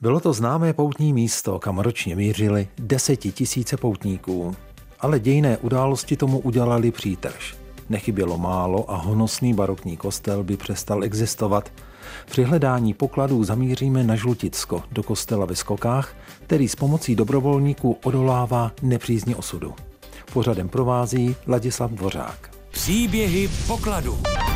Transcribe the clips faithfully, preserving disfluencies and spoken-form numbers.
Bylo to známé poutní místo, kam ročně mířili desetitisíce poutníků. Ale dějinné události tomu udělali přítrž. Nechybělo málo a honosný barokní kostel by přestal existovat. Při hledání pokladů zamíříme na Žluticko, do kostela ve Skokách, který s pomocí dobrovolníků odolává nepřízni osudu. Pořadem provází Ladislav Dvořák. Příběhy pokladu.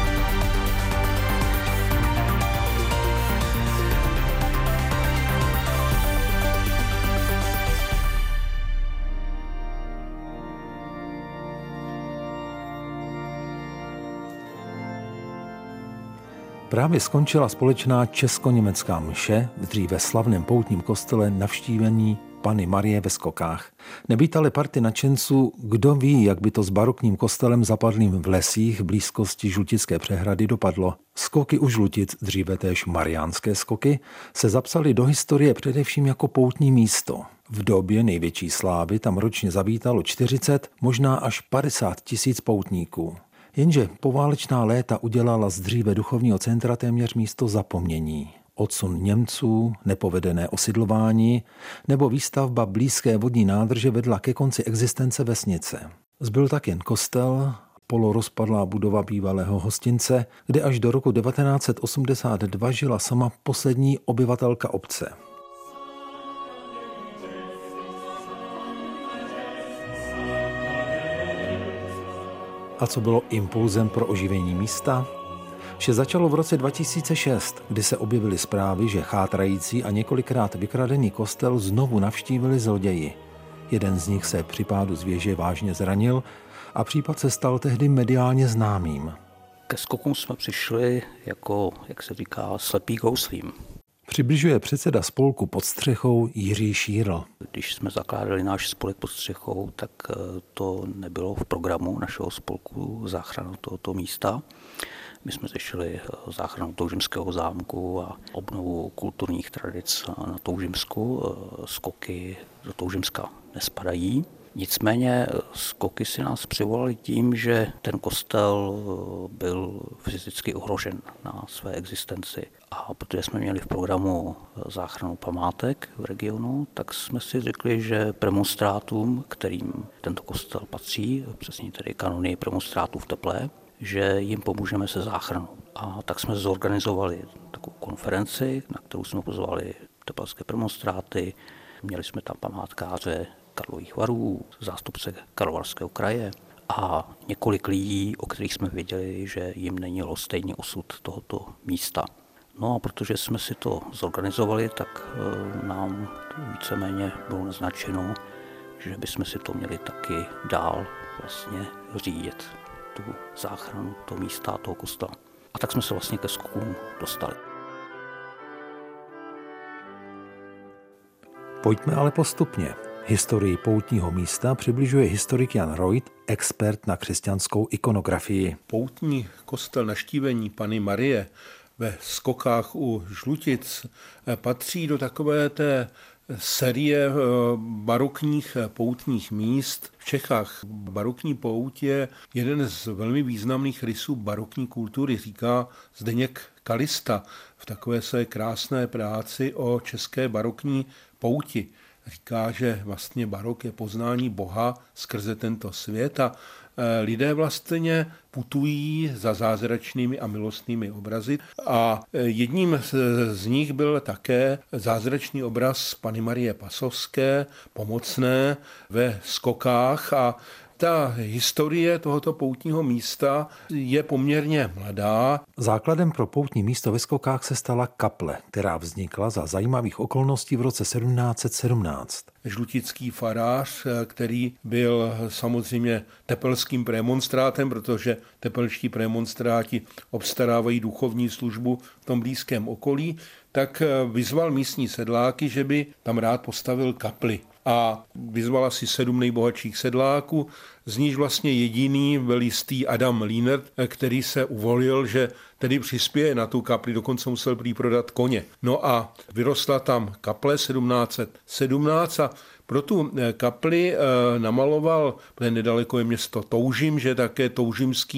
Právě skončila společná česko-německá mše v dříve slavném poutním kostele navštívení Panny Marie ve Skokách. Nebýt-ali party nadšenců, kdo ví, jak by to s barokním kostelem zapadlým v lesích v blízkosti Žlutické přehrady dopadlo. Skoky u Žlutic, dříve též Mariánské skoky, se zapsaly do historie především jako poutní místo. V době největší slávy tam ročně zavítalo čtyřicet, možná až padesát tisíc poutníků. Jenže poválečná léta udělala z dříve duchovního centra téměř místo zapomnění. Odsun Němců, nepovedené osidlování nebo výstavba blízké vodní nádrže vedla ke konci existence vesnice. Zbyl tak jen kostel, polorozpadlá budova bývalého hostince, kde až do roku devatenáct set osmdesát dva žila sama poslední obyvatelka obce. A co bylo impulzem pro oživení místa? Vše začalo v roce dva tisíce šest, kdy se objevily zprávy, že chátrající a několikrát vykradený kostel znovu navštívili zloději. Jeden z nich se při pádu z věže vážně zranil a případ se stal tehdy mediálně známým. Ke skokům jsme přišli jako, jak se říká, slepý kouslím. Přibližuje předseda spolku Pod střechou Jiří Šírl. Když jsme zakládali náš spolek Pod střechou, tak to nebylo v programu našeho spolku záchranu tohoto místa. My jsme řešili záchranu Toužimského zámku a obnovu kulturních tradic na Toužimsku. Skoky do Toužimska nespadají. Nicméně skoky si nás přivolali tím, že ten kostel byl fyzicky ohrožen na své existenci. A protože jsme měli v programu záchranu památek v regionu, tak jsme si řekli, že premonstrátům, kterým tento kostel patří, přesně tedy kanony premonstrátů v Teplé, že jim pomůžeme se záchranou. A tak jsme zorganizovali takovou konferenci, na kterou jsme pozvali tepelské premonstráty. Měli jsme tam památkáře Karlových Varů, zástupce Karlovarského kraje a několik lidí, o kterých jsme věděli, že jim není lhostejný osud tohoto místa. No a protože jsme si to zorganizovali, tak nám víceméně bylo naznačeno, že bychom si to měli taky dál vlastně řídit, tu záchranu toho místa, toho kostela. A tak jsme se vlastně ke skokům dostali. Pojďme ale postupně. Historii poutního místa přibližuje historik Jan Rojt, expert na křesťanskou ikonografii. Poutní kostel Navštívení Panny Marie ve Skokách u Žlutic patří do takové té série barokních poutních míst v Čechách. Barokní pout je jeden z velmi významných rysů barokní kultury, říká Zdeněk Kalista v takové své krásné práci o české barokní pouti. Říká, že vlastně barok je poznání Boha skrze tento svět a lidé vlastně putují za zázračnými a milostnými obrazy a jedním z nich byl také zázračný obraz Panny Marie Pasovské, pomocné ve Skokách a ta historie tohoto poutního místa je poměrně mladá. Základem pro poutní místo ve Skokách se stala kaple, která vznikla za zajímavých okolností v roce sedmnáct set sedmnáct. Žlutický farář, který byl samozřejmě tepelským premonstrátem, protože tepelští premonstráti obstarávají duchovní službu v tom blízkém okolí, tak vyzval místní sedláky, že by tam rád postavil kapli. A vyzval asi sedm nejbohatších sedláků, z níž vlastně jediný byl jistý Adam Línert, který se uvolil, že tedy přispěje na tu kapli, dokonce musel prý prodat koně. No a vyrostla tam kaple sedmnáct set sedmnáct a pro tu kapli namaloval, protože nedaleko je město Toužim, že také toužimský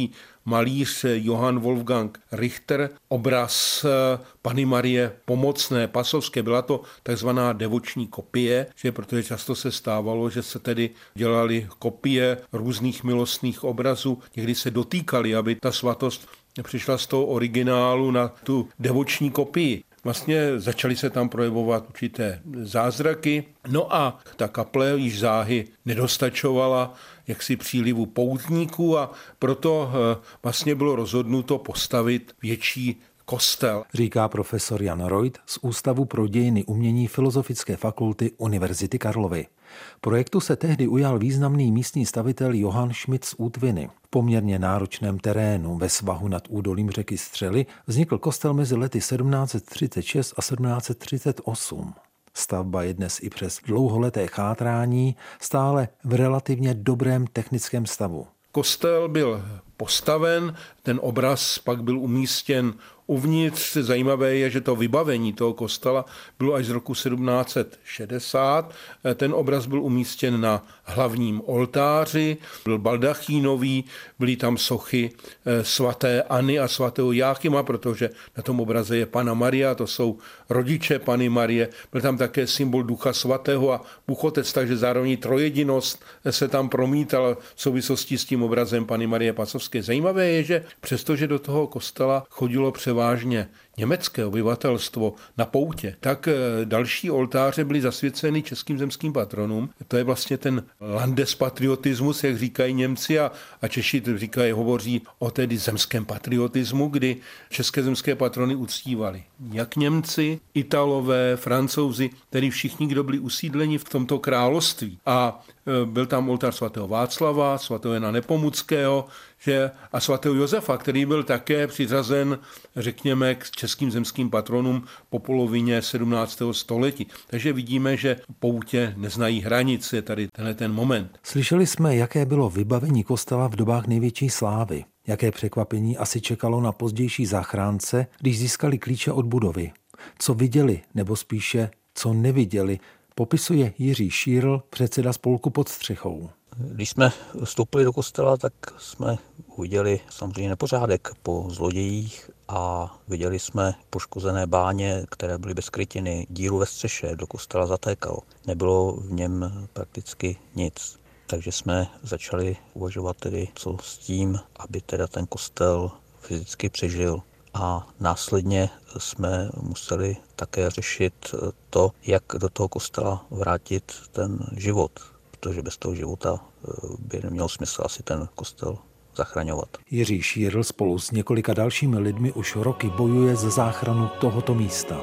malíř Johann Wolfgang Richter obraz Panny Marie Pomocné Pasovské. Byla to takzvaná devoční kopie, že protože často se stávalo, že se tedy dělali kopie různých milostných obrazů, někdy se dotýkali, aby ta svatost přišla z toho originálu na tu devoční kopii. Vlastně začaly se tam projevovat určité zázraky, no a ta kaple již záhy nedostačovala jaksi přílivu poutníků a proto vlastně bylo rozhodnuto postavit větší kostel. Říká profesor Jan Reuth z Ústavu pro dějiny umění Filozofické fakulty Univerzity Karlovy. Projektu se tehdy ujal významný místní stavitel Johann Schmidt z Útviny. V poměrně náročném terénu ve svahu nad údolím řeky Střely vznikl kostel mezi lety sedmnáct set třicet šest a sedmnáct set třicet osm. Stavba je dnes i přes dlouholeté chátrání stále v relativně dobrém technickém stavu. Kostel byl postaven, ten obraz pak byl umístěn uvnitř. Zajímavé je, že to vybavení toho kostela bylo až z roku sedmnáct set šedesát. Ten obraz byl umístěn na hlavním oltáři, byl baldachínový, byly tam sochy svaté Anny a svatého Jáchyma, protože na tom obraze je Panna Maria, to jsou rodiče Panny Marie. Byl tam také symbol Ducha svatého a Bůh Otec, takže zároveň trojedinost se tam promítala v souvislosti s tím obrazem Panny Marie Pasovské. Zajímavé je, že přestože do toho kostela chodilo převážně německé obyvatelstvo na poutě, tak další oltáře byly zasvěceny českým zemským patronům. To je vlastně ten landespatriotismus, jak říkají Němci a, a Češi říkají, hovoří o tedy zemském patriotismu, kdy české zemské patrony uctívali jak Němci, Italové, Francouzi, tedy všichni, kdo byli usídleni v tomto království. A byl tam oltář svatého Václava, svatého Jana Nepomuckého, že, a svatého Josefa, který byl také přiřazen, řekněme, k českým zemským patronům po polovině sedmnáctého století. Takže vidíme, že poutě neznají hranic, je tady tenhle ten moment. Slyšeli jsme, jaké bylo vybavení kostela v dobách největší slávy. Jaké překvapení asi čekalo na pozdější záchránce, když získali klíče od budovy. Co viděli, nebo spíše co neviděli, popisuje Jiří Šírl, předseda spolku Pod střechou. Když jsme vstoupili do kostela, tak jsme uviděli samozřejmě nepořádek po zlodějích a viděli jsme poškozené báně, které byly bez krytiny, díru ve střeše, do kostela zatékalo. Nebylo v něm prakticky nic. Takže jsme začali uvažovat tedy, co s tím, aby teda ten kostel fyzicky přežil. A následně jsme museli také řešit to, jak do toho kostela vrátit ten život, protože bez toho života by nemělo smysl asi ten kostel zachraňovat. Jiří Šírl spolu s několika dalšími lidmi už roky bojuje za záchranu tohoto místa.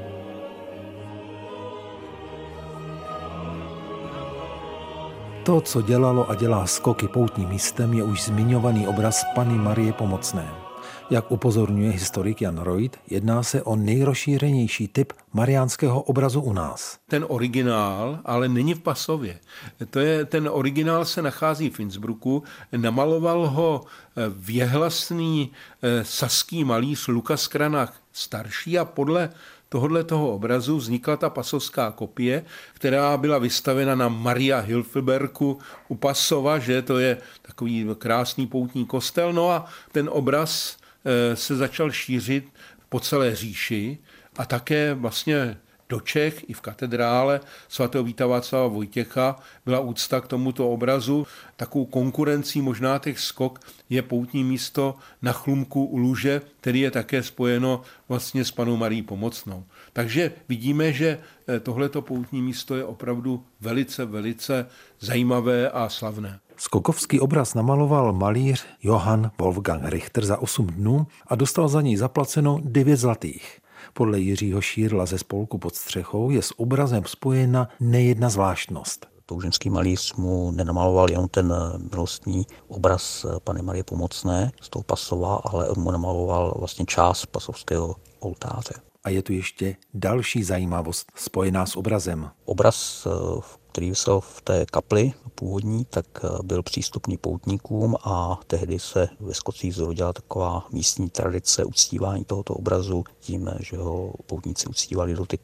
To, co dělalo a dělá skoky poutním místem, je už zmiňovaný obraz Panny Marie Pomocné. Jak upozorňuje historik Jan Reuth, jedná se o nejrozšířenější typ mariánského obrazu u nás. Ten originál ale není v Pasově. To je, ten originál se nachází v Innsbrucku. Namaloval ho věhlasný saský malíř Lukas Kranach starší a podle tohodle toho obrazu vznikla ta pasovská kopie, která byla vystavena na Maria Hilfeberku u Pasova, že to je takový krásný poutní kostel. No a ten obraz se začal šířit po celé říši a také vlastně do Čech i v katedrále svatého Víta Václava Vojtěcha byla úcta k tomuto obrazu. Takovou konkurencí možná těch skok je poutní místo na Chlumku u Luže, který je také spojeno vlastně s Pannou Marií Pomocnou. Takže vidíme, že tohleto poutní místo je opravdu velice, velice zajímavé a slavné. Skokovský obraz namaloval malíř Johann Wolfgang Richter za osm dnů a dostal za něj zaplaceno devět zlatých. Podle Jiřího Šírla ze spolku Pod střechou je s obrazem spojena nejedna zvláštnost. Toužimský malíř mu nenamaloval jenom ten milostný obraz Panny Marie Pomocné z toho Pasova, ale on mu namaloval vlastně část pasovského oltáře. A je tu ještě další zajímavost spojená s obrazem. Obraz, který visel v té kapli původní, tak byl přístupný poutníkům a tehdy se ve Skocích zrodila taková místní tradice uctívání tohoto obrazu tím, že ho poutníci uctívali dotykem.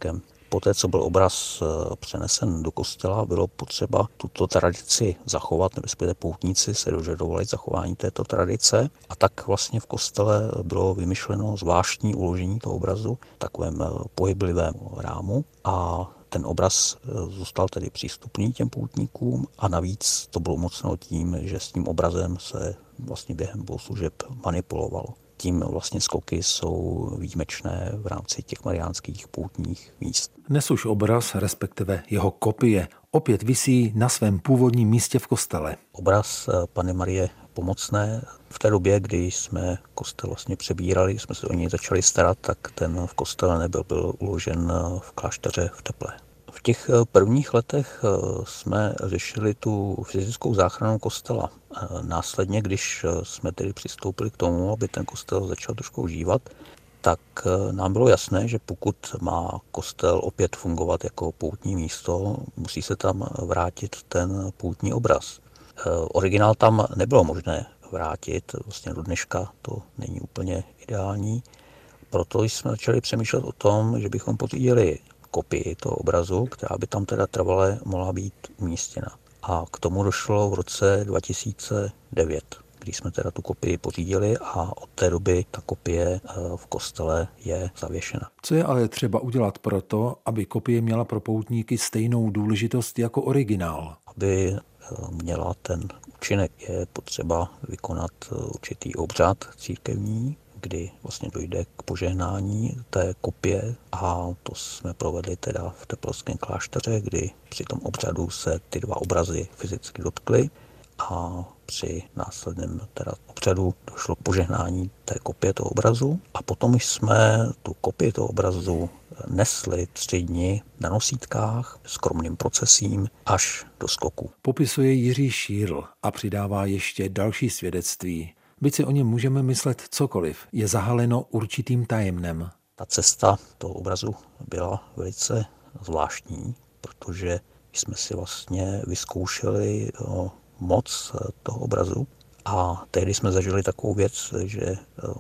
Poté, co byl obraz přenesen do kostela, bylo potřeba tuto tradici zachovat, respektive poutníci se dožadovali zachování této tradice. A tak vlastně v kostele bylo vymyšleno zvláštní uložení toho obrazu v takovém pohyblivém rámu a ten obraz zůstal tedy přístupný těm poutníkům a navíc to bylo umocněno tím, že s tím obrazem se vlastně během bohoslužeb manipulovalo. Tím vlastně skoky jsou výjimečné v rámci těch mariánských poutních míst. Dnes už obraz, respektive jeho kopie, opět visí na svém původním místě v kostele. Obraz Panny Marie Pomocné v té době, kdy jsme kostel vlastně přebírali, jsme se o něj začali starat, tak ten v kostele nebyl, byl uložen v klášteře v Teplé. V těch prvních letech jsme řešili tu fyzickou záchranu kostela. Následně, když jsme tedy přistoupili k tomu, aby ten kostel začal trošku užívat, tak nám bylo jasné, že pokud má kostel opět fungovat jako poutní místo, musí se tam vrátit ten poutní obraz. Originál tam nebylo možné vrátit, vlastně do dneška to není úplně ideální, proto jsme začali přemýšlet o tom, že bychom pořídili kopii toho obrazu, která by tam teda trvale mohla být umístěna. A k tomu došlo v roce dva tisíce devět, když jsme teda tu kopii pořídili a od té doby ta kopie v kostele je zavěšena. Co je ale třeba udělat proto, aby kopie měla pro poutníky stejnou důležitost jako originál? Aby měla ten účinek, je potřeba vykonat určitý obřad církevní, kdy vlastně dojde k požehnání té kopie a to jsme provedli teda v Teplském klášteře, kdy při tom obřadu se ty dva obrazy fyzicky dotkly a při následném teda obřadu došlo k požehnání té kopie toho obrazu a potom jsme tu kopii toho obrazu nesli tři dny na nosítkách s skromným procesím až do skoku. Popisuje Jiří Šírl a přidává ještě další svědectví. Byť si o něm můžeme myslet cokoliv, je zahaleno určitým tajemnem. Ta cesta toho obrazu byla velice zvláštní, protože jsme si vlastně vyzkoušeli moc toho obrazu a tehdy jsme zažili takovou věc, že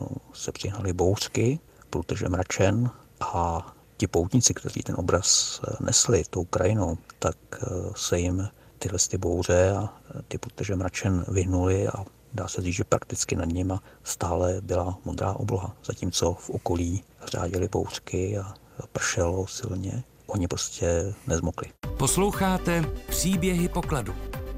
se přihnaly bouřky, průtrže mračen a ti poutníci, kteří ten obraz nesli tou krajinou, tak se jim tyhle ty bouře a ty průtrže mračen vyhnuli a dá se říct, že prakticky nad nima stále byla modrá obloha, zatímco v okolí řádily bouřky a pršelo silně. Oni prostě nezmokli. Posloucháte Příběhy pokladu.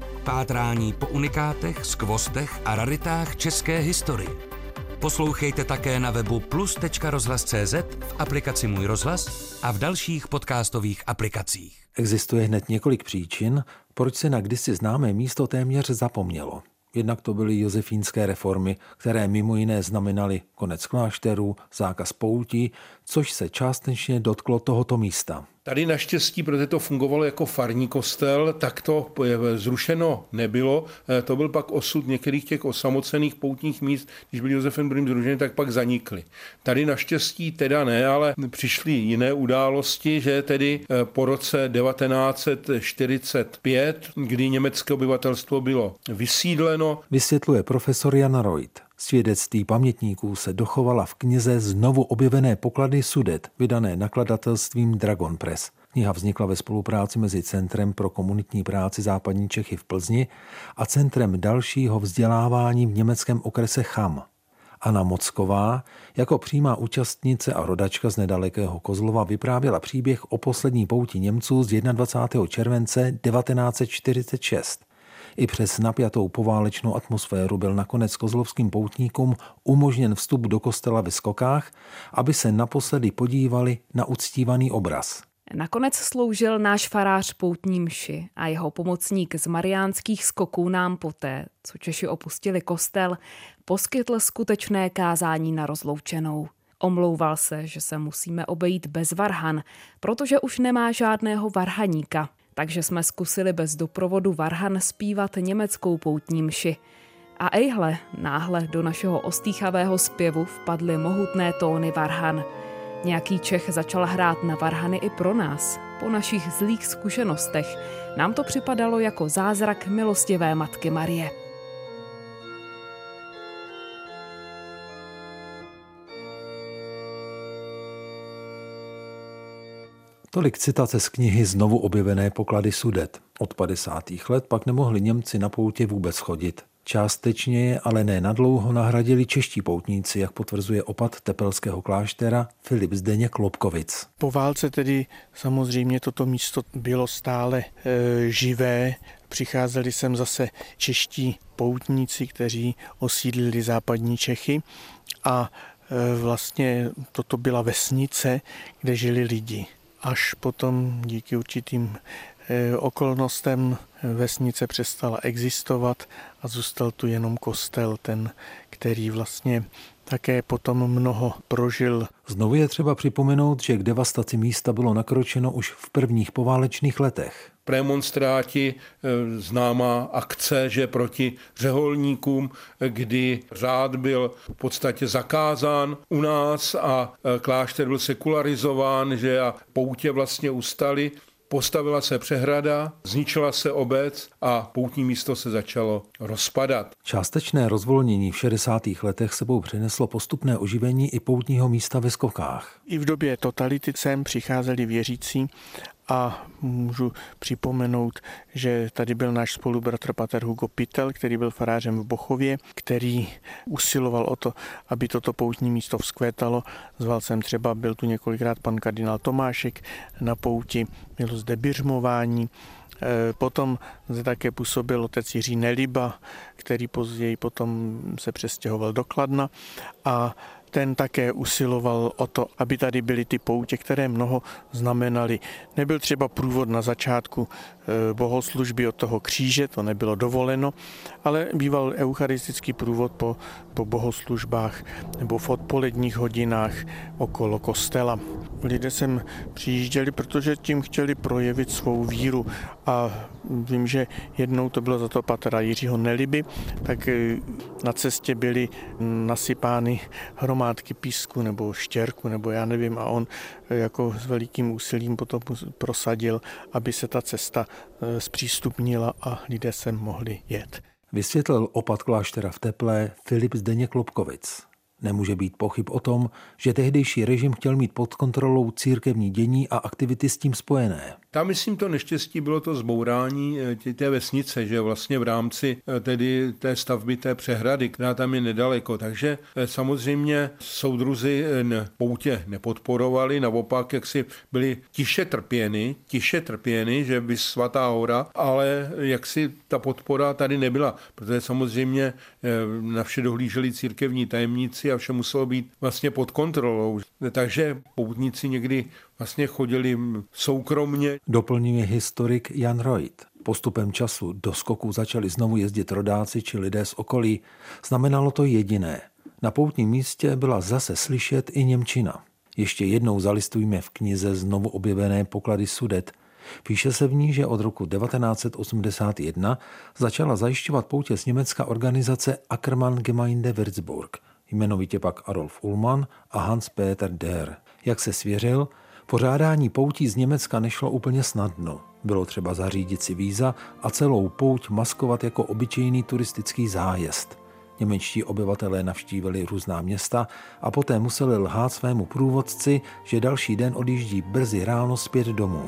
Pátrání po unikátech, skvostech a raritách české historie. Poslouchejte také na webu plus tečka rozhlas tečka cé zet, v aplikaci Můj rozhlas a v dalších podcastových aplikacích. Existuje hned několik příčin, proč se na kdysi známé místo téměř zapomnělo. Jednak to byly josefínské reformy, které mimo jiné znamenaly konec klášterů, zákaz poutí, což se částečně dotklo tohoto místa. Tady naštěstí, protože to fungovalo jako farní kostel, tak to zrušeno nebylo. To byl pak osud některých těch osamocených poutních míst, když byli Josefem druhým zrušeny, tak pak zanikly. Tady naštěstí teda ne, ale přišly jiné události, že tedy po roce devatenáct set čtyřicet pět, kdy německé obyvatelstvo bylo vysídleno. Vysvětluje profesor Jan Reuth. Svědectví pamětníků se dochovala v knize Znovu objevené poklady Sudet, vydané nakladatelstvím Dragon Press. Kniha vznikla ve spolupráci mezi Centrem pro komunitní práci Západní Čechy v Plzni a Centrem dalšího vzdělávání v německém okrese Cham. Anna Mocková jako přímá účastnice a rodačka z nedalekého Kozlova vyprávěla příběh o poslední pouti Němců z dvacátého prvního července devatenáct set čtyřicet šest. I přes napjatou poválečnou atmosféru byl nakonec kozlovským poutníkům umožněn vstup do kostela ve Skokách, aby se naposledy podívali na uctívaný obraz. Nakonec sloužil náš farář poutní mši a jeho pomocník z mariánských skoků nám poté, co Češi opustili kostel, poskytl skutečné kázání na rozloučenou. Omlouval se, že se musíme obejít bez varhan, protože už nemá žádného varhaníka. Takže jsme zkusili bez doprovodu varhan zpívat německou poutní mši. A ejhle, náhle do našeho ostýchavého zpěvu vpadly mohutné tóny varhan. Nějaký Čech začal hrát na varhany i pro nás. Po našich zlých zkušenostech nám to připadalo jako zázrak milostivé Matky Marie. Tolik citace z knihy Znovu objevené poklady Sudet. Od padesátých let pak nemohli Němci na poutě vůbec chodit. Částečně je, ale ne nadlouho, nahradili čeští poutníci, jak potvrzuje opat tepelského kláštera Filip Zdeněk Lobkovic. Po válce tedy samozřejmě toto místo bylo stále e, živé. Přicházeli sem zase čeští poutníci, kteří osídlili západní Čechy a e, vlastně toto byla vesnice, kde žili lidi. Až potom díky určitým e, okolnostem vesnice přestala existovat a zůstal tu jenom kostel, ten, který vlastně také potom mnoho prožil. Znovu je třeba připomenout, že k devastaci místa bylo nakročeno už v prvních poválečných letech. Premonstráti, známá akce, že proti řeholníkům, kdy řád byl v podstatě zakázán u nás a klášter byl sekularizován, že a poutě vlastně ustaly. Postavila se přehrada, zničila se obec a poutní místo se začalo rozpadat. Částečné rozvolnění v šedesátých letech sebou přineslo postupné oživení i poutního místa ve Skokách. I v době totality sem přicházeli věřící a můžu připomenout, že tady byl náš spolubratr pater Hugo Pytel, který byl farářem v Bochově, který usiloval o to, aby toto poutní místo vzkvétalo. Zval jsem třeba, byl tu několikrát pan kardinál Tomášek na pouti, bylo zde biřmování. Potom zde také působil otec Jiří Neliba, který později potom se přestěhoval do Kladna a ten také usiloval o to, aby tady byly ty poutě, které mnoho znamenaly. Nebyl třeba průvod na začátku bohoslužby od toho kříže, to nebylo dovoleno, ale býval eucharistický průvod po, po bohoslužbách nebo v odpoledních hodinách okolo kostela. Lidé sem přijížděli, protože tím chtěli projevit svou víru a vím, že jednou to bylo za to patra Jiřího Neliby, tak na cestě byly nasypány hromádky písku nebo štěrku, nebo já nevím, a on jako s velikým úsilím potom prosadil, aby se ta cesta zpřístupnila a lidé sem mohli jet. Vysvětlil opat kláštera v Teplé Filip Zdeněk Lobkovic. Nemůže být pochyb o tom, že tehdejší režim chtěl mít pod kontrolou církevní dění a aktivity s tím spojené. Tam, myslím, to neštěstí bylo to zbourání té vesnice, že vlastně v rámci tedy té stavby té přehrady, která tam je nedaleko. Takže samozřejmě soudruzi poutě nepodporovali, naopak jaksi byli tiše trpěny, tiše trpěny, že by svatá hora, ale jaksi ta podpora tady nebyla, protože samozřejmě na vše dohlíželi církevní tajemníci a vše muselo být vlastně pod kontrolou. Takže poutníci někdy vlastně chodili soukromně. Doplňuje historik Jan Reut. Postupem času do Skoků začali znovu jezdit rodáci či lidé z okolí. Znamenalo to jediné. Na poutním místě byla zase slyšet i němčina. Ještě jednou zalistujeme v knize Znovu objevené poklady Sudet. Píše se v ní, že od roku devatenáct set osmdesát jedna začala zajišťovat poutě z Německa organizace Ackermann Gemeinde Würzburg, jmenovitě pak Adolf Ullmann a Hans-Peter Der. Jak se svěřil, pořádání poutí z Německa nešlo úplně snadno. Bylo třeba zařídit si víza a celou pouť maskovat jako obyčejný turistický zájezd. Němečtí obyvatelé navštívili různá města a poté museli lhát svému průvodci, že další den odjíždí brzy ráno zpět domů.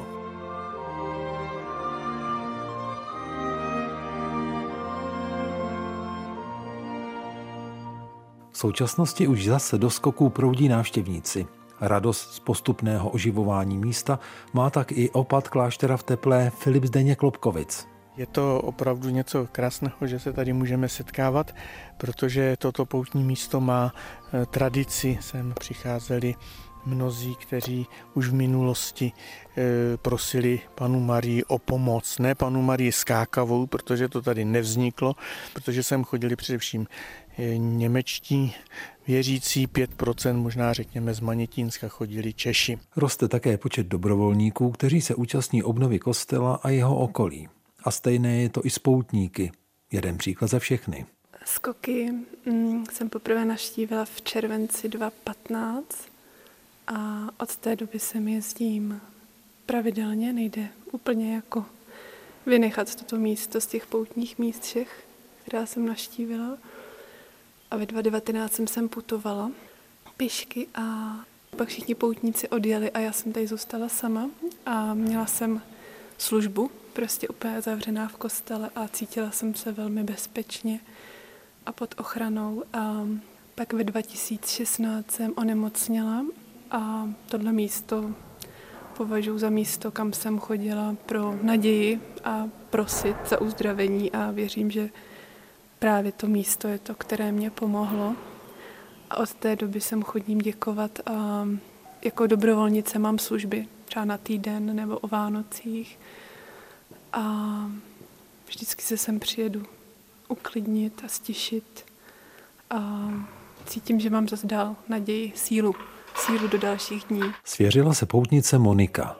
V současnosti už zase do Skoků proudí návštěvníci. Radost z postupného oživování místa má tak i opat kláštera v Teplé Filip Zdeněk Lobkovic. Je to opravdu něco krásného, že se tady můžeme setkávat, protože toto poutní místo má tradici. Sem přicházeli mnozí, kteří už v minulosti prosili panu Marii o pomoc. Ne panu Marii Skákavou, protože to tady nevzniklo, protože sem chodili především němečtí věřící, pět procent možná řekněme z Manětínska chodili Češi. Roste také počet dobrovolníků, kteří se účastní obnovy kostela a jeho okolí. A stejné je to i s poutníky. Jeden příklad za všechny. Skoky mm, jsem poprvé navštívila v červenci dva tisíce patnáct a od té doby sem jezdím pravidelně. Nejde úplně jako vynechat toto místo z těch poutních míst všech, která jsem navštívila. A ve dva tisíce devatenáct jsem sem putovala pěšky a Pak všichni poutníci odjeli a já jsem tady zůstala sama a měla jsem službu, prostě úplně zavřená v kostele a cítila jsem se velmi bezpečně a pod ochranou. A pak ve dva tisíce šestnáct jsem onemocněla a tohle místo považuji za místo, kam jsem chodila pro naději a prosit za uzdravení a věřím, že právě to místo je to, které mě pomohlo. A od té doby jsem chodím děkovat a jako dobrovolnice mám služby, třeba na týden nebo o Vánocích. A vždycky se sem přijedu uklidnit a stišit a cítím, že mám zase dál naději, sílu, sílu do dalších dní. Svěřila se poutnice Monika.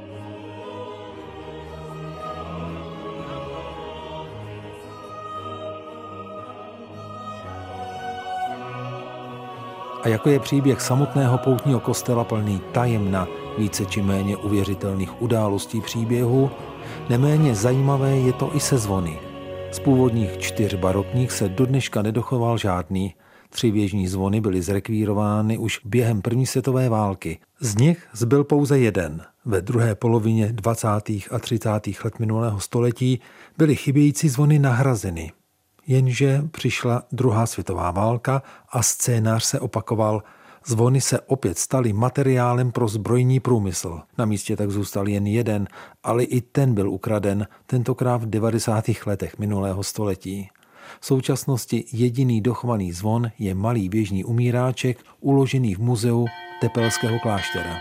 A jako je příběh samotného poutního kostela plný tajemna, více či méně uvěřitelných událostí příběhu, neméně zajímavé je to i se zvony. Z původních čtyř barokních se do dneška nedochoval žádný. Tři věžní zvony byly zrekvírovány už během první světové války. Z nich zbyl pouze jeden. Ve druhé polovině dvacátých a třicátých let minulého století byly chybějící zvony nahrazeny. Jenže přišla druhá světová válka a scénář se opakoval. Zvony se opět staly materiálem pro zbrojní průmysl. Na místě tak zůstal jen jeden, ale i ten byl ukraden, tentokrát v devadesátých letech minulého století. V současnosti jediný dochovaný zvon je malý běžný umíráček uložený v muzeu Tepelského kláštera.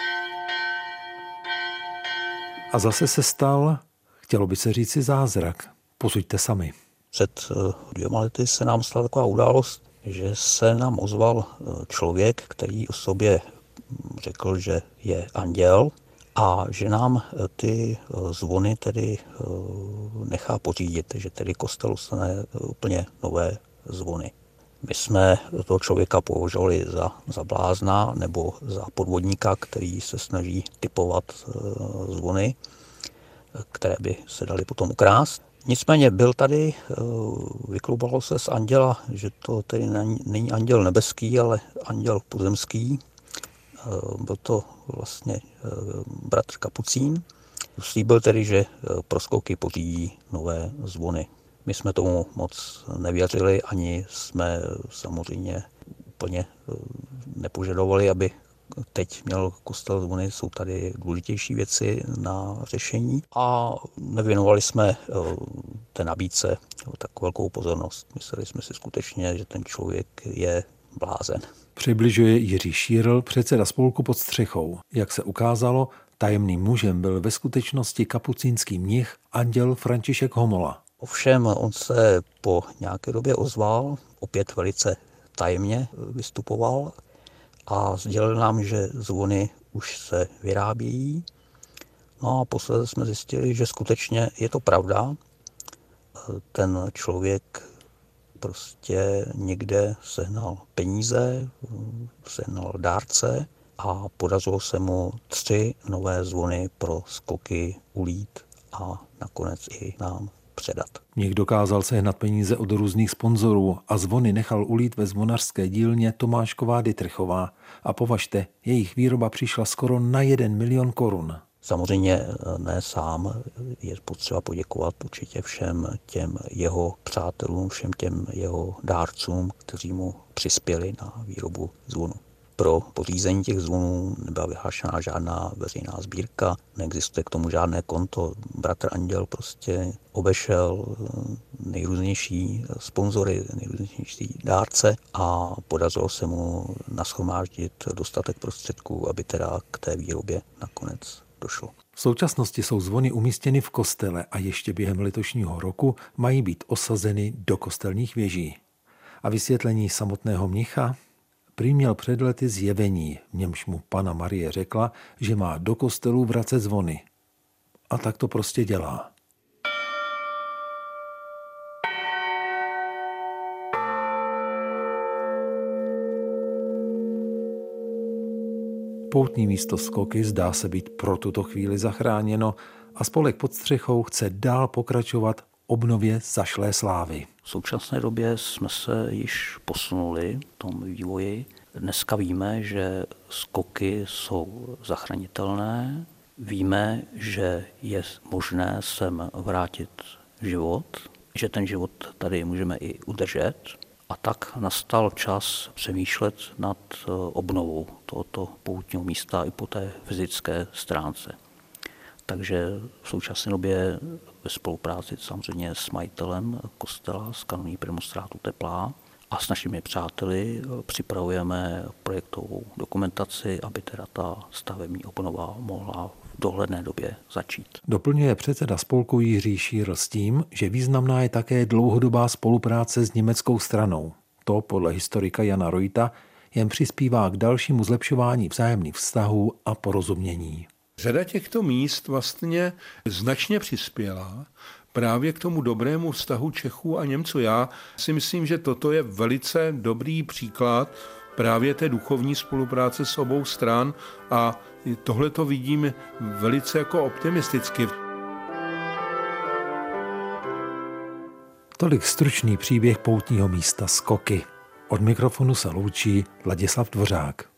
A zase se stal, chtělo by se říci, zázrak. Posuďte sami. Před dvěma lety se nám stala taková událost, že se nám ozval člověk, který o sobě řekl, že je anděl a že nám ty zvony tedy nechá pořídit, že tedy kostel dostane úplně nové zvony. My jsme toho člověka považovali za, za blázna nebo za podvodníka, který se snaží typovat zvony, které by se daly potom ukrást. Nicméně byl tady, vyklubalo se z anděla, že to tedy není anděl nebeský, ale anděl pozemský. Byl to vlastně bratr Kapucín. Slíbil tedy, že pro skoky pořídí nové zvony. My jsme tomu moc nevěřili, ani jsme samozřejmě úplně nepožadovali, aby teď měl kostel zvony, jsou tady důležitější věci na řešení a nevěnovali jsme té nabídce tak velkou pozornost. Mysleli jsme si skutečně, že ten člověk je blázen. Přibližuje Jiří Šírl, předseda spolku Pod střechou. Jak se ukázalo, tajemným mužem byl ve skutečnosti kapucínský mnich anděl František Homola. Ovšem on se po nějaké době ozval, opět velice tajemně vystupoval a sdělil nám, že zvony už se vyrábějí. No a posledně jsme zjistili, že skutečně je to pravda. Ten člověk prostě někde sehnal peníze, sehnal dárce a podařilo se mu tři nové zvony pro skoky ulít a nakonec i nám předat. Mnich dokázal sehnat peníze od různých sponzorů a zvony nechal ulít ve zvonařské dílně Tomášková Dytrychová. A považte, jejich výroba přišla skoro na jeden milion korun. Samozřejmě ne sám, je potřeba poděkovat určitě všem těm jeho přátelům, všem těm jeho dárcům, kteří mu přispěli na výrobu zvonu. Pro pořízení těch zvonů nebyla vyhlášená žádná veřejná sbírka, neexistuje k tomu žádné konto. Bratr Anděl prostě obešel nejrůznější sponzory, nejrůznější dárce a podařilo se mu nashromáždit dostatek prostředků, aby teda k té výrobě nakonec došlo. V současnosti jsou zvony umístěny v kostele a ještě během letošního roku mají být osazeny do kostelních věží. A vysvětlení samotného mnicha? Prý měl před lety zjevení, v němž mu Panna Marie řekla, že má do kostelů vracet zvony. A tak to prostě dělá. Poutní místo Skoky zdá se být pro tuto chvíli zachráněno a spolek Pod střechou chce dál pokračovat obnově zašlé slávy. V současné době jsme se již posunuli v tom vývoji, Dneska víme, že skoky jsou zachránitelné, víme, že je možné sem vrátit život, že ten život tady můžeme i udržet. A tak nastal čas přemýšlet nad obnovou tohoto poutního místa i po té fyzické stránce. Takže v současné době ve spolupráci samozřejmě s majitelem kostela, s kanonií premonstrátů Teplá a s našimi přáteli připravujeme projektovou dokumentaci, aby teda ta stavební obnova mohla v dohledné době začít. Doplňuje předseda spolku Jiří Šírl s tím, že významná je také dlouhodobá spolupráce s německou stranou. To podle historika Jana Reuta jen přispívá k dalšímu zlepšování vzájemných vztahů a porozumění. Řada těchto míst vlastně značně přispěla právě k tomu dobrému vztahu Čechů a Němců. Já si myslím, že toto je velice dobrý příklad právě té duchovní spolupráce s obou stran a tohle to vidím velice jako optimisticky. Tolik stručný příběh poutního místa Skoky. Od mikrofonu se loučí Ladislav Dvořák.